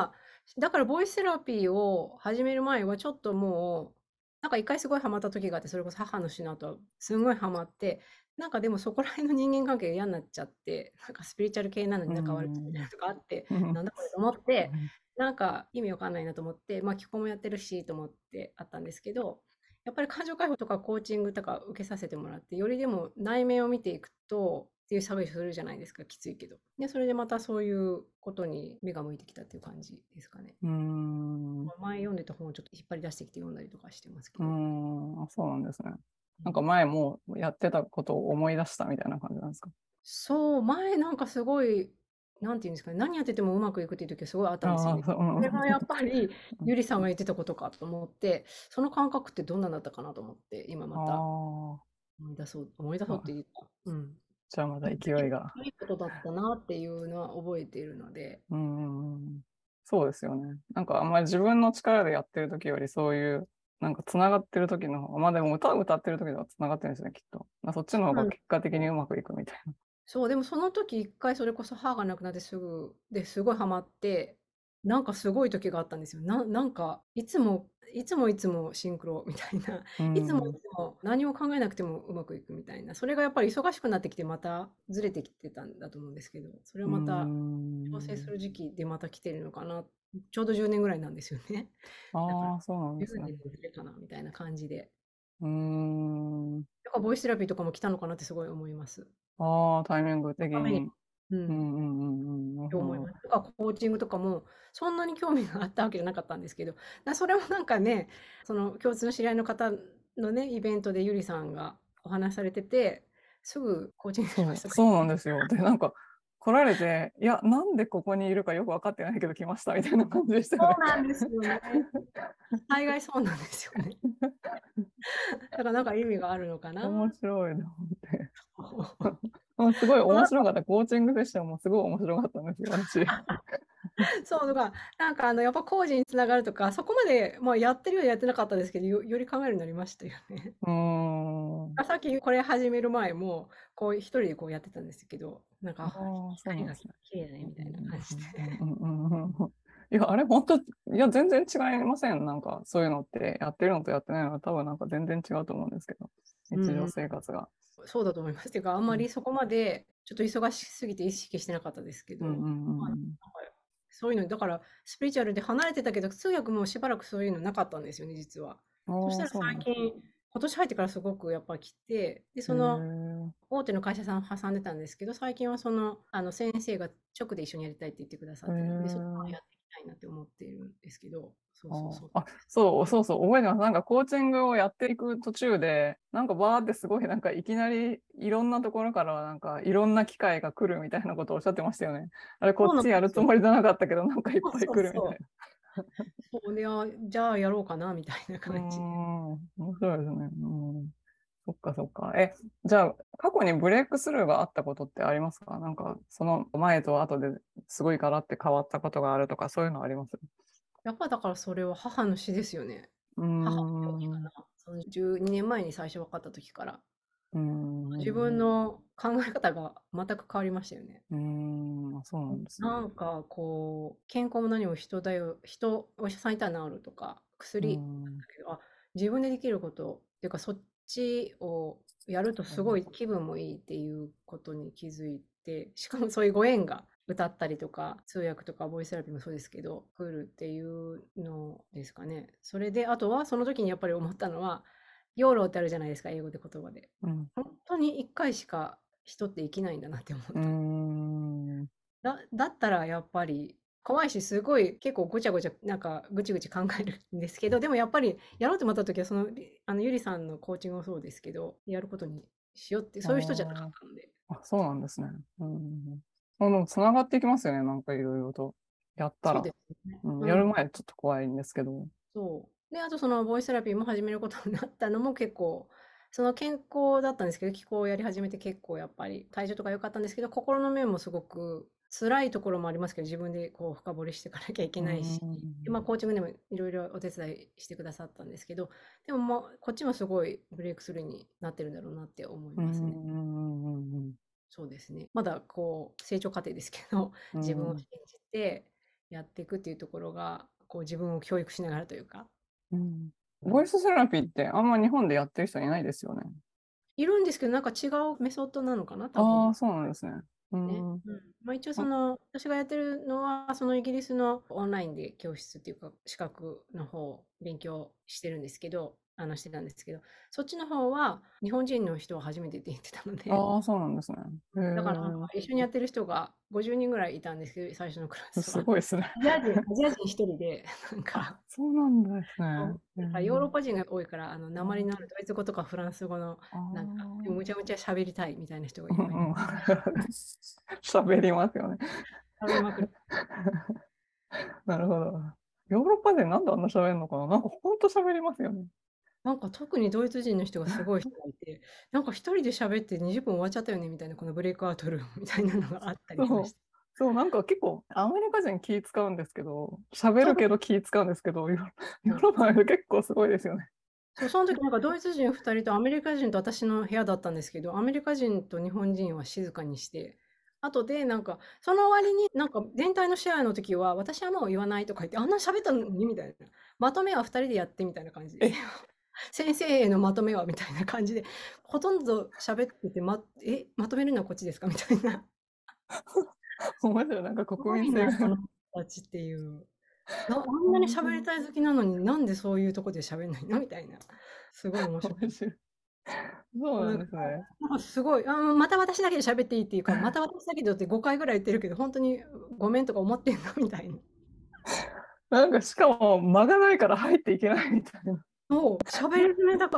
だからボイスセラピーを始める前はちょっともう、なんか一回すごいハマった時があって、それこそ母の死の後、すんごいハマって、なんかでもそこら辺の人間関係が嫌になっちゃって、なんかスピリチュアル系なのうに仲悪くみたいなん。 のがあって、 うん。 なんだこれと思って、なんか意味わかんないなと思って、まあ、気候もやってるしと思ってあったんですけど、やっぱり感情解放とかコーチングとか受けさせてもらって、よりでも内面を見ていくと、っていうサービスするじゃないですか、きついけど。で、それでまたそういうことに目が向いてきたっていう感じですかね。 うん。 前読んでた本をちょっと引っ張り出してきて読んだりとかしてますけうど。 ん。あ、そうなんですね。なんかうん、 前もうやってたことを思い出したみたいな感じなんですか？ そう、前なんかすごい、なんていうんですかね、何やっててもうまくいくっていう時はすごいあったんですよああ、 ね。 そう、 それがやっぱり、 うん。 ゆりさんが言ってたことかと思って、その感覚ってどんなんだったかなと思って、今またあ思い出そうってあ、 いうか、うん。 じゃあまだい勢いが。 いことだったなっていうのは覚えているので、 うん。そうですよね。なんかあんまり自分の力でやってる時よりそういう、なんか繋がってる時の方が、まあでも歌ってる時とは繋がってるんですね、きっと。まあそっちの方そうなんでが結果すよ。 的にうまくいくみたいな。 そう、でもその時一回それこそ母が亡くなってすぐですごいハマって、なんかすごい時があったんですよ。なんかいつもシンクロみたいな、 ういつもん。 いつも何も考えなくてもうまくいくみたいな、それがやっぱり忙しくなってきてまたずれてきてたんだと思うんですけど、それをうまた調整すん。 る時期でまた来てるのかな。ちょうど10年ぐらいなんですよね。だからああ、そうなんです 10 ね。 年のずれかなみたいな感じで。 うーん。 だからボイスセラピーとかも来たのかなってすごい思います。 ああ、タイミング的ために。 に。 うん。 うんうんうんうん。なるほど。 と思います。とか、コーチングとかも、そんなに興味があったわけじゃなかったんですけど、それもなんかね、その共通の知り合いの方のね、イベントでゆりさんがお話しされてて、すぐコーチングしましたとかそうなん言って。 ですよ。で、なんか、来られて、いや、なんでここにいるかよくわかってないけど来ましたみたいな感じでしたよね。 そうなんですよね。大概そうなんですよね。だからなんか意味があるのかな。 面白いな、思って。もうすごい面白かった。コーチングセッションもすごい面白かったんですよ、私。 そう、だから、なんかやっぱ工事につながるとか、そこまで、まあ、やってるようにやってなかったですけど、より考えるようになりましたよね。 うーん。 さっきこれ始める前も、こう一人でこうやってたんですけど、なんか、 ああ、そうな光がんですね。 綺麗だねうんみたいな感じうんで。 うんうんうんうんうん。いや、あれ、本当、いや、全然違いません。なんか、そういうのって、やってるのとやってないのは多分なんか全然違うと思うんですけど、日常うんうん。 生活が。 そうだと思います。ていうか、あんまうんりそこまでちょっと忙しすぎて意識してなかったですけど、 うんうんうまあ、なんかんそういうの、だからスピリチュアルで離れてたけど、通訳もしばらくそういうのなかったんですよね、実は。 うん。ああ、 そしたらそうなんです。 最近、今年入ってからすごくやっぱ来て、で、 へそのえ。 大手の会社さん挟んでたんですけど、最近はその、先生が直で一緒にやりたいって言ってくださへってるので、そっちもえ。 やっていきたいなって思っているんですけど、そうそうそう。 ああ、そうそうそう、覚えてます。なんかコーチングをやっていく途中で、なんかバーってすごいなんかいきなりいろんなところからなんかいろんな機会が来るみたいなことをおっしゃってましたよね。あれこそうなんっちやですよ。 るつもりじゃなかったけどなんかいっそうぱいそうそう。 来るみたいな。 そうで、じゃあやろうかなみたいなうー感じで。 ん、面白いですね。うん。そっかそっか。じゃあ過去にブレイクスルーがあったことってありますか？なんかその前と後ですごいガラって変わったことがあるとかそういうのあります？ やっぱだからそれは母の死ですよね。 うー母の病気かん、 な。その12年前に最初分かった時から、 うーん、 自分の考え方が全く変わりましたよね。 うーん、あ、そうなんですね。 なんかこう、健康も何も人だよ、お医者さんいたら治るとか、 うー薬ん、 だけど、自分でできることっていうか、そっちをやるとすごい気分もいいっていうことに気づいて、しかもそういうご縁が歌ったりとか、通訳とかボイスセラピーもそうですけど、来るっていうのですかね。それで、あとはその時にやっぱり思ったのは、ヨーロってあるじゃないですか、英語で言葉で。 うん、 本当に一回しか人って生きないんだなって思っうーた。 ん、 だったらやっぱり怖いし、すごい結構ごちゃごちゃ、なんかぐちぐち考えるんですけど、でもやっぱりやろうと思った時は、その、ゆりさんのコーチングもそうですけど、やることにしようって、 あそういう人じゃなかったので。 あ、あ、そうなんですね。うん、でも繋がっていきますよね、なんかいろいろと。やったら。 そうですね。 うん、やる前ちょっと怖いんですけど。 そう。で、あとそのボイスセラピーも始めることになったのも結構、その健康だったんですけど、気候をやり始めて結構やっぱり体調とか良かったんですけど、心の面もすごく辛いところもありますけど、自分でこう深掘りしていかなきゃいけうないし、で、まあん、 コーチングでもいろいろお手伝いしてくださったんですけど、でももうこっちもすごいブレイクスルーになってるんだろうなって思いうん、 ますね。 うん、 そうですね。まだこう成長過程ですけど、 うん、 自分を信じてやっていくっていうところが、こう自分を教育しながらというか、 うん。ボイスセラピーってあんま日本でやってる人いないですよね。 いるんですけど、なんか違うメソッドなのかな、多分。 ああ、そうなんですね。うね。 ん。 まあ、一応あ私がやってるのは、そのイギリスのオンラインで教室っていうか、資格の方を勉強してるんですけど、してたんですけど、そっちの方は日本人の人は初めてって言ってたので、 あー、そうなんですね。へだからなんかえ、 一緒にやってる人が50人ぐらいいたんですけど、最初のクラスは。 すごいですね。 アジア人一人で、なんか、 あ、そうなんですね。へえ、 そうなんかヨーロッパ人が多いから、 あ訛りのあるドイツ語とかフランス語の、 あなんか、 ー、 むちゃむちゃ喋りたいみたいな人がいっぱいいて、 うんうん。喋りますよね。 喋りまくる。 なるほど。ヨーロッパ人なんであんな喋るのかな、なんかほんと喋りますよね。 なんか特にドイツ人の人がすごい人がいて、なんか一人で喋って20分終わっちゃったよねみたいな、このブレイクアウトルームみたいなのがあったりしまそう。 した。 そう、なんか結構アメリカ人気使うんですけど、喋そうるけど気使うんですけど、ヨーそうロッパの人結構すごいですよね。 そう、その時なんかドイツ人2人とアメリカ人と私の部屋だったんですけど、アメリカ人と日本人は静かにして、後でなんか、その割になんか全体のシェアの時は、私はもう言わないとか言って、あんな喋ったのにみたいな。まとめは2人でやってみたいな感じで。 え、 先生へのまとめはみたいな感じで、ほとんど喋ってて、まとめるのはこっちですかみたいな。 面白い。なんかすごいな、 国民性が。 この人たちっていう。あんなに喋り本当にたい好きなのになんでそういうとこで喋んないのみたいな。すごい面白い。 面白い。そうななんか、 んですね。 なんかすごい、また私だけで喋っていいっていうか、また私だけでって5回ぐらい言ってるけど、本当にごめんとか思ってんのみたいな。 なんかしかも間がないから入っていけないみたいな。 そう、喋り詰めだから、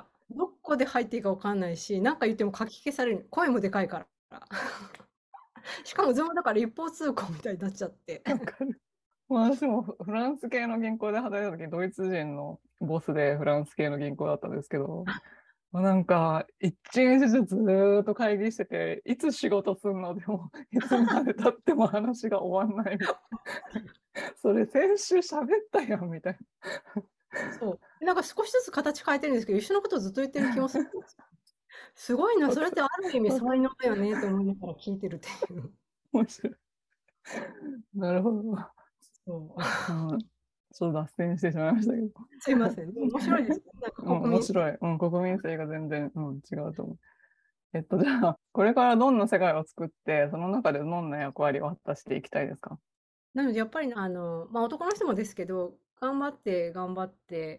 どこで入っていいかわかんないし、なんか言ってもかき消される。声もでかいから。しかもズームだから一方通行みたいになっちゃって。 わかる。まあ私もフランス系の銀行で働いた時、ドイツ人のボスでフランス系の銀行だったんですけど、なんか、一日中ずーっと会議してて、いつ仕事すんのでも、いつまで経っても話が終わんないみたいな。それ先週喋ったよ、みたいそう。なんか少しずつ形変えてるんですけど、一緒のことをずっと言ってる気もするな。 んです。すごいな、 わかそれってある意味わか才能だよねって思いながら聞いてるっていう。 面白い。なるほど。 そう。 うん、ちょっと脱線してしまいましたけど。 すいません。でも面白いですよ。なんかうん、 国民性。 面白い。うん、国民性が全然、違うと思う。じゃあ、これからどんな世界を作って、その中でどんな役割を果たしていきたいですか？ なのでやっぱりまあ、男の人もですけど、頑張って頑張って、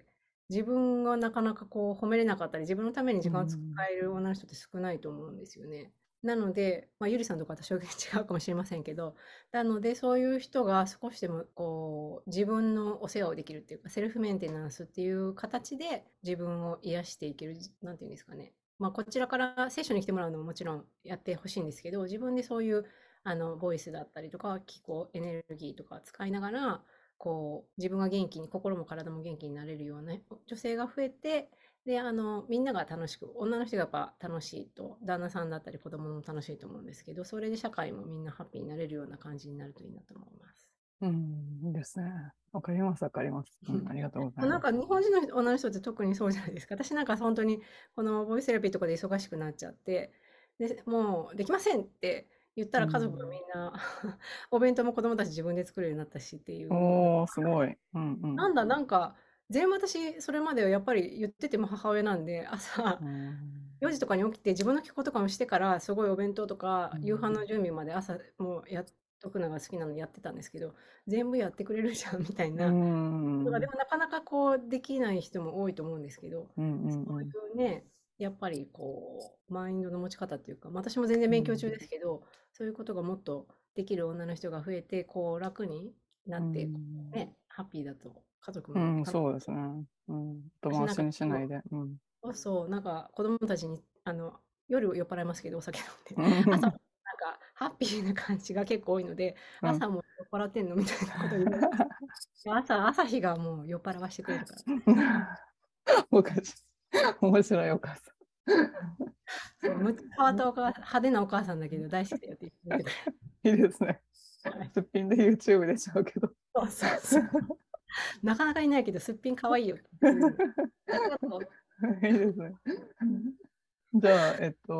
自分がなかなかこう褒めれなかったり、自分のためにう時間を使ん。 える女の人って少ないと思うんですよね。なので、まあ、ゆりさんとか私は違うかもしれませんけど、なのでそういう人が少しでもこう自分のお世話をできるっていうか、セルフメンテナンスっていう形で自分を癒していける、なんていうんですかね。まあ、こちらからセッションに来てもらうのももちろんやってほしいんですけど、自分でそういうボイスだったりとか、気候、エネルギーとか使いながら、こう、自分が元気に、心も体も元気になれるような女性が増えて、で、みんなが楽しく、女の人がやっぱ楽しいと、旦那さんだったり子供も楽しいと思うんですけど、それで社会もみんなハッピーになれるような感じになるといいなと思います。 うん、いいですね。わかります、わかります。うん、ありがとうございます。 なんか日本人の女の人って特にそうじゃないですか。私なんか本当にこのボイスセラピーとかで忙しくなっちゃって、で、もうできませんって言ったうら家族がみん。 んなお弁当も子供たち自分で作るようになったしっていう、 おー、すごい。うんうん。 なんか、全部私、それまではやっぱり言ってても母親なんで、朝うん。 4時とかに起きて自分の気候とかもしてから、すごいお弁当とうか夕飯のん。 準備まで朝もうやっとくのが好きなのでやってたんですけど、全部やってくれるじゃんみたいうな。でん。 もなかなかこうできない人も多いと思うんですけど、 うんうそうんうん。 いうね、やっぱりこう、マインドの持ち方っていうか、まあ私も全然うん。 勉強中ですけど、そういうことがもっとできる女の人が増えて、こう楽になうって、 ん。 ね、ハッピーだと家族うん、 も楽しい。 そうですね。うん。後私なんか回しにしないで。うん。 そうそう、なんか子供たちに、夜酔っ払いますけど、お酒飲んで、 う朝、なんん。 かハッピーな感じが結構多いので、 うん。 朝も酔っ払ってんのみたいなこと言われます。朝日がもう酔っ払わしてくれるから。 おかしい。面白いお母さそう、むっちゃ変わった派手なお母さんだけど大好きだよって言ってくれる。 ん。いいですね。 はい。 すっぴんで YouTube でしょうけど。 そうそうそう。なかなかいないけど、すっぴん可愛いよって言ってくれる。ありがとう。 いいですね。じゃあ、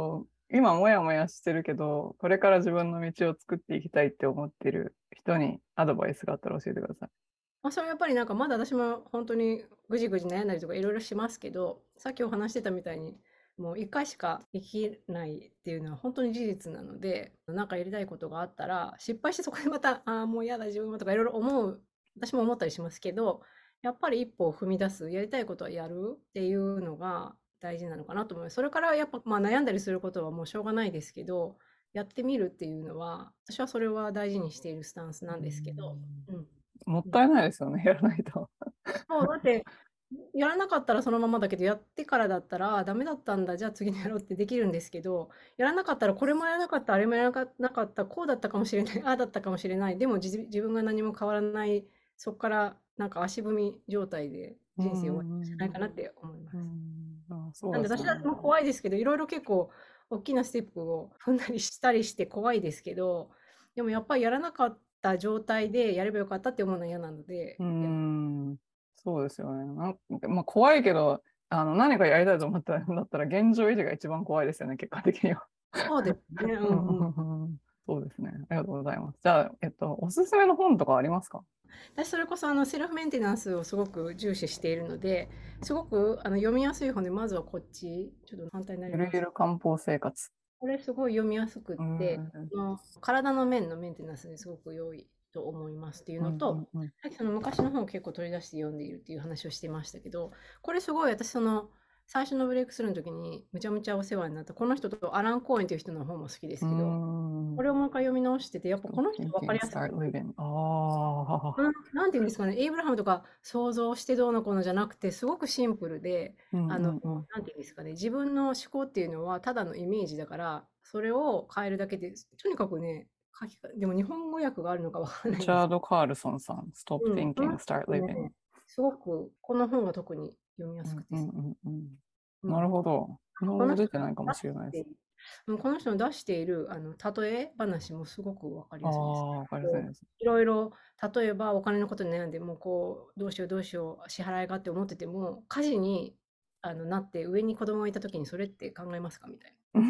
今もやもやしてるけど、これから自分の道を作っていきたいって思ってる人にアドバイスがあったら教えてください。 まあ、それはやっぱりなんかまだ私も本当にぐじぐじ悩んだりとかいろいろしますけど、さっきお話してたみたいに、もう一回しか生きないっていうのは本当に事実なので、なんかやりたいことがあったら、失敗してそこでまた、ああ、もう嫌だ自分はとかいろいろ思う、私も思ったりしますけど、やっぱり一歩を踏み出す、やりたいことはやるっていうのが大事なのかなと思います。それからやっぱまあ悩んだりすることはもうしょうがないですけど、やってみるっていうのは、私はそれは大事にしているスタンスなんですけど、うん。 もったいないですよね、やらないと。 もうだって、やらなかったらそのままだけど、やってからだったら、ダメだったんだ、じゃあ次のやろうってできるんですけど、やらなかったら、これもやらなかった、あれもやらなかった、こうだったかもしれない、ああだったかもしれない、でも自分が何も変わらない、そこからなんか足踏み状態でう人生を終わるんじゃないん。 かなって思います。 そうなんでですよね。 私たちも怖いですけど、いろいろ結構大きなステップを踏んだりしたりして怖いですけど、でもやっぱりやらなかった状態でやればよかったって思うのは嫌なので、 そうですよね。まあ、怖いけど、何かやりたいと思ったら、だったら現状維持が一番怖いですよね、結果的には。 そうですね。ううんうん。 んそうですね。ありがとうございます。じゃあ、おすすめの本とかありますか？ 私それこそセルフメンテナンスをすごく重視しているので、すごく読みやすい本で、まずはこっち、ちょっと反対になりゆるます。 ゆる漢方生活。 これすごい読みやすくっうて、 ん。 体の面のメンテナンスにすごく良いと思いますっていううんうんのと、 うん。 さっきその昔の本を結構取り出して読んでいるっていう話をしてましたけど、これすごい私最初のブレイクスルーの時にむちゃむちゃお世話になったこの人とアラン・コーエンという人の本も好きでうーすけど、 ん。 これをもう一回読み直してて、やっぱこ Stop の人分か thinking, りやすく start て、 living. ああ。 なんていうんですかね、エイブラハムとか想像してどうのこうのじゃなくて、すごくシンプルで、 うんうんうん。 なんていうんですかね、自分の思考っていうのはただのイメージだから、それを変えるだけで、とにかくね、でも日本語訳があるのかわからないんです。 リチャード・カールソンさん。Stop うん、この thinking, 人 start ね、 living. すごく、この本が特に読みやうんうんすくて、 うんうん。 うん、 なるほど。日本語この人出てないかもしれないです。 の出している、この人の出している例え話もすごくわかりああ、 やすいです。 わかりやすいこうです。 いろいろ、例えばお金のことに悩んで、もうどうしようどうしよう、支払いがって思ってても、火事になって上に子供がいた時にそれって考えますかみたい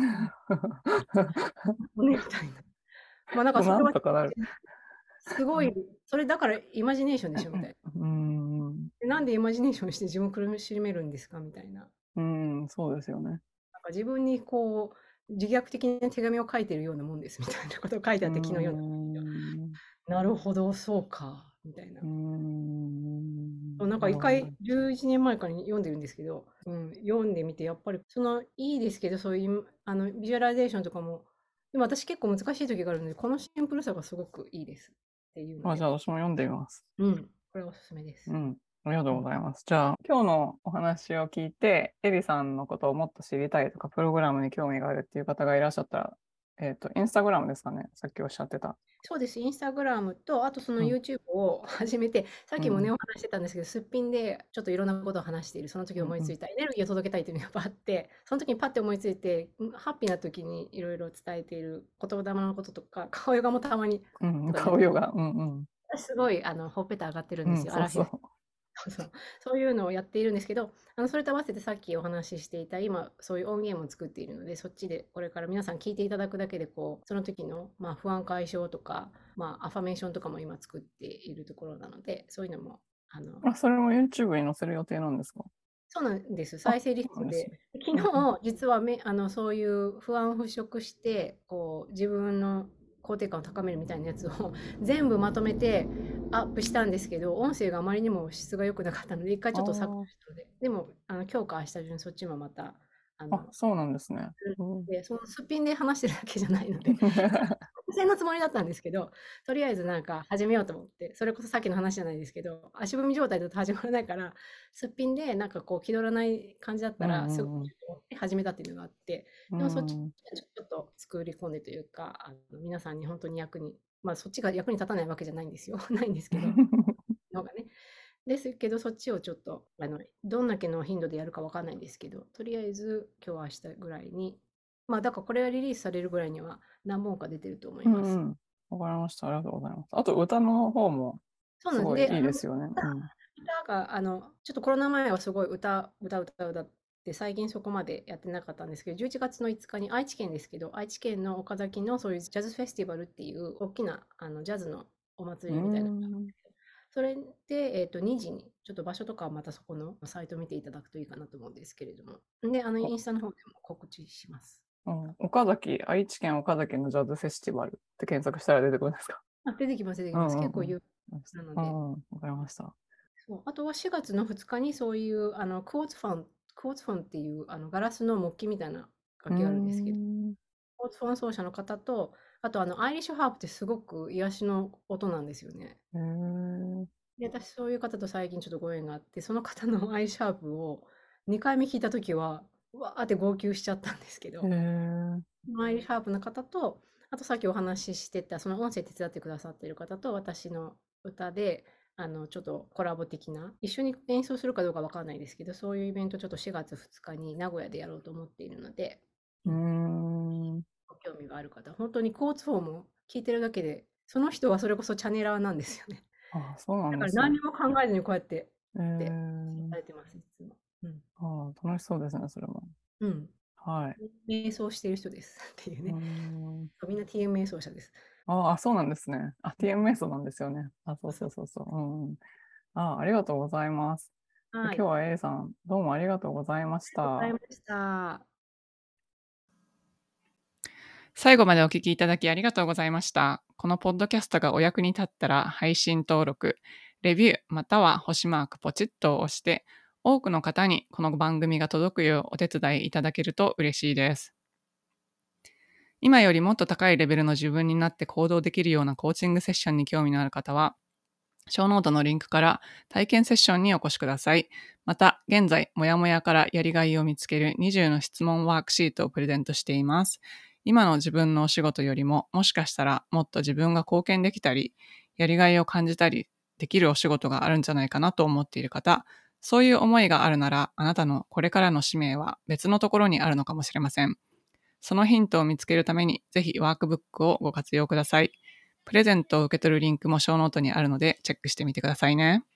な。ね、みたいな。まあなんかそなれはんとかなる。 すごい、それだからイマジネーションでしょみたいな。 うん、 でなんでイマジネーションして自分を苦しめるんですかみたいな。 うん、そうですよね。 なんか自分に自虐的な手紙を書いてるようなもんですみたいなことを書いてうあって昨日読んだんですよ。 ん、 なるほど、そうか、みたいな。なんかなるほど。 一回11年前かに読んでるんですけど、読んでみてやっぱりいいですけど、そういうビジュアライゼーションとかも、でも私結構難しい時があるので、このシンプルさがすごくいいですっていうのじで、 ゃあ私も読んでみます。 これはおすすめです。 うん。ありがとううん。 ございます。じゃあ、今日のお話を聞いて、エリさんのことをもっと知りたいとか、プログラムに興味があるっていう方がいらっしゃったら、インスタグラムですかね。さっきおっしゃってた。 そうです。インスタグラムと、あとそのうん。 YouTube を始めて、さっきもね、 うん。 お話ししてたんですけど、すっぴんでちょっといろんなことを話している、その時うん。うん。 思いついたエネルギーを届けたいというのがやっぱあって、その時にパッて思いついて、ハッピーな時にいろいろ伝えている言霊のこととか、顔ヨガもたまにうん。 とかね、 顔ヨガ。うん。うん。 すごいほっぺた上がってるんうん。 ですよ、アラフィフ。 そうそう。 そうそう。そういうのをやっているんですけど、それと合わせてさっきお話ししていた、今、そういう音源も作っているので、そっちでこれから皆さん聞いていただくだけで、その時の、まあ、不安解消とか、まあ、アファメーションとかも今作っているところなので、そういうのも、 それも YouTube に載せる予定なんですか？ そうなんです。 あ、 再生リストで。 そうなんですね。 昨うんうん。 日、実はそういう不安を払拭して、自分の肯定感を高めるみたいなやつを全部まとめてアップしたんですけど、音声があまりにも質が良くなかったので、一回ちょっと削除したので、でも、今日か明日中にそっちもまた、あの、 そうなんですね。うん。 で、そのすっぴんで話してるだけじゃないので、伏線のつもりだったんですけど、とりあえずなんか始めようと思って、それこそさっきの話じゃないですけど、足踏み状態だと始まらないから、すっぴんでなんか気取らない感じだっうたら、すごいんうんと思って始めたっていうのがあって、 うでもそっちん。 ちょっと作り込んでというか、皆さんに本当にまあそっちが役に立たないわけじゃないんですよ。ないんですけど、のがね。ですけど、そっちをちょっと、どんだけの頻度でやるかわかんないんですけど、とりあえず今日明日ぐらいに、まあだからこれがリリースされるぐらいには何本か出てると思います。 うんうん。わかりました。ありがとうございます。あと、歌の方もそうなんです。で、 すごいいいですよね。うん。 歌が、ちょっとコロナ前はすごい歌で最近そこまでやってなかったんですけど、11月の5日に愛知県ですけど、愛知県の岡崎のそういうジャズフェスティバルっていう大きなジャズのお祭うーりみたいなのがあるんん。 ですけど、それで、2時に、ちょっと場所とかはまたそこのサイトを見ていただくといいかなと思うんですけれども、で、インスタの方でも告知します。 岡崎、愛知県岡崎のジャズフェスティバルって検索したら出てくるんですか？ あ、出てきます、出てきます。 うんうんうん。 結構有名なので。 わかりました。 そう、あとは4月の2日にそういうクォーツフォンっていうガラスの木器みたいなうー楽器があるんですけど、 ん。 クォーツフォン奏者の方と、あとアイリッシュハープってすごく癒しの音なんですよね。 へー。 で、私そういう方と最近ちょっとご縁があって、その方のアイリッシュハープを2回目弾いたときは、うわーって号泣しちゃったんですけへど、 ー。 アイリッシュハープの方と、あとさっきお話ししてた、その音声手伝ってくださっている方と、私の歌で、ちょっとコラボ的な、一緒に演奏するかどうかわかんないですけど、そういうイベントちょっと4月2日に名古屋でやろうと思っているので、 うーん。 ご興味がある方、本当にコーツフォーも聞いてるだけで、その人はそれこそチャネラーなんですよね。 あ、そうなんだからですね。 何も考えずにこうやってえってー。 されてます、いつも。うん。 楽しそうですね、それも。 うん。 はい。 瞑想している人ですっていううーね。 ん。 みんな TM 瞑想者です。 そうなんですね。TMS なんですよね。そうそう。 そうそうそう。うんうん。ありがとうございます。 はい。 今日は A さん、どうもありがとうございましございた。 ました。 最後までお聞きいただきありがとうございました。このポッドキャストがお役に立ったら配信登録、レビュー、または星マークポチッと押して、多くの方にこの番組が届くようお手伝いいただけると嬉しいです。今よりもっと高いレベルの自分になって行動できるようなコーチングセッションに興味のある方は、ショーノートのリンクから体験セッションにお越しください。また、現在、もやもやからやりがいを見つける20の質問ワークシートをプレゼントしています。今の自分のお仕事よりも、もしかしたらもっと自分が貢献できたり、やりがいを感じたりできるお仕事があるんじゃないかなと思っている方、そういう思いがあるなら、あなたのこれからの使命は別のところにあるのかもしれません。そのヒントを見つけるために、ぜひワークブックをご活用ください。プレゼントを受け取るリンクもショーノートにあるのでチェックしてみてくださいね。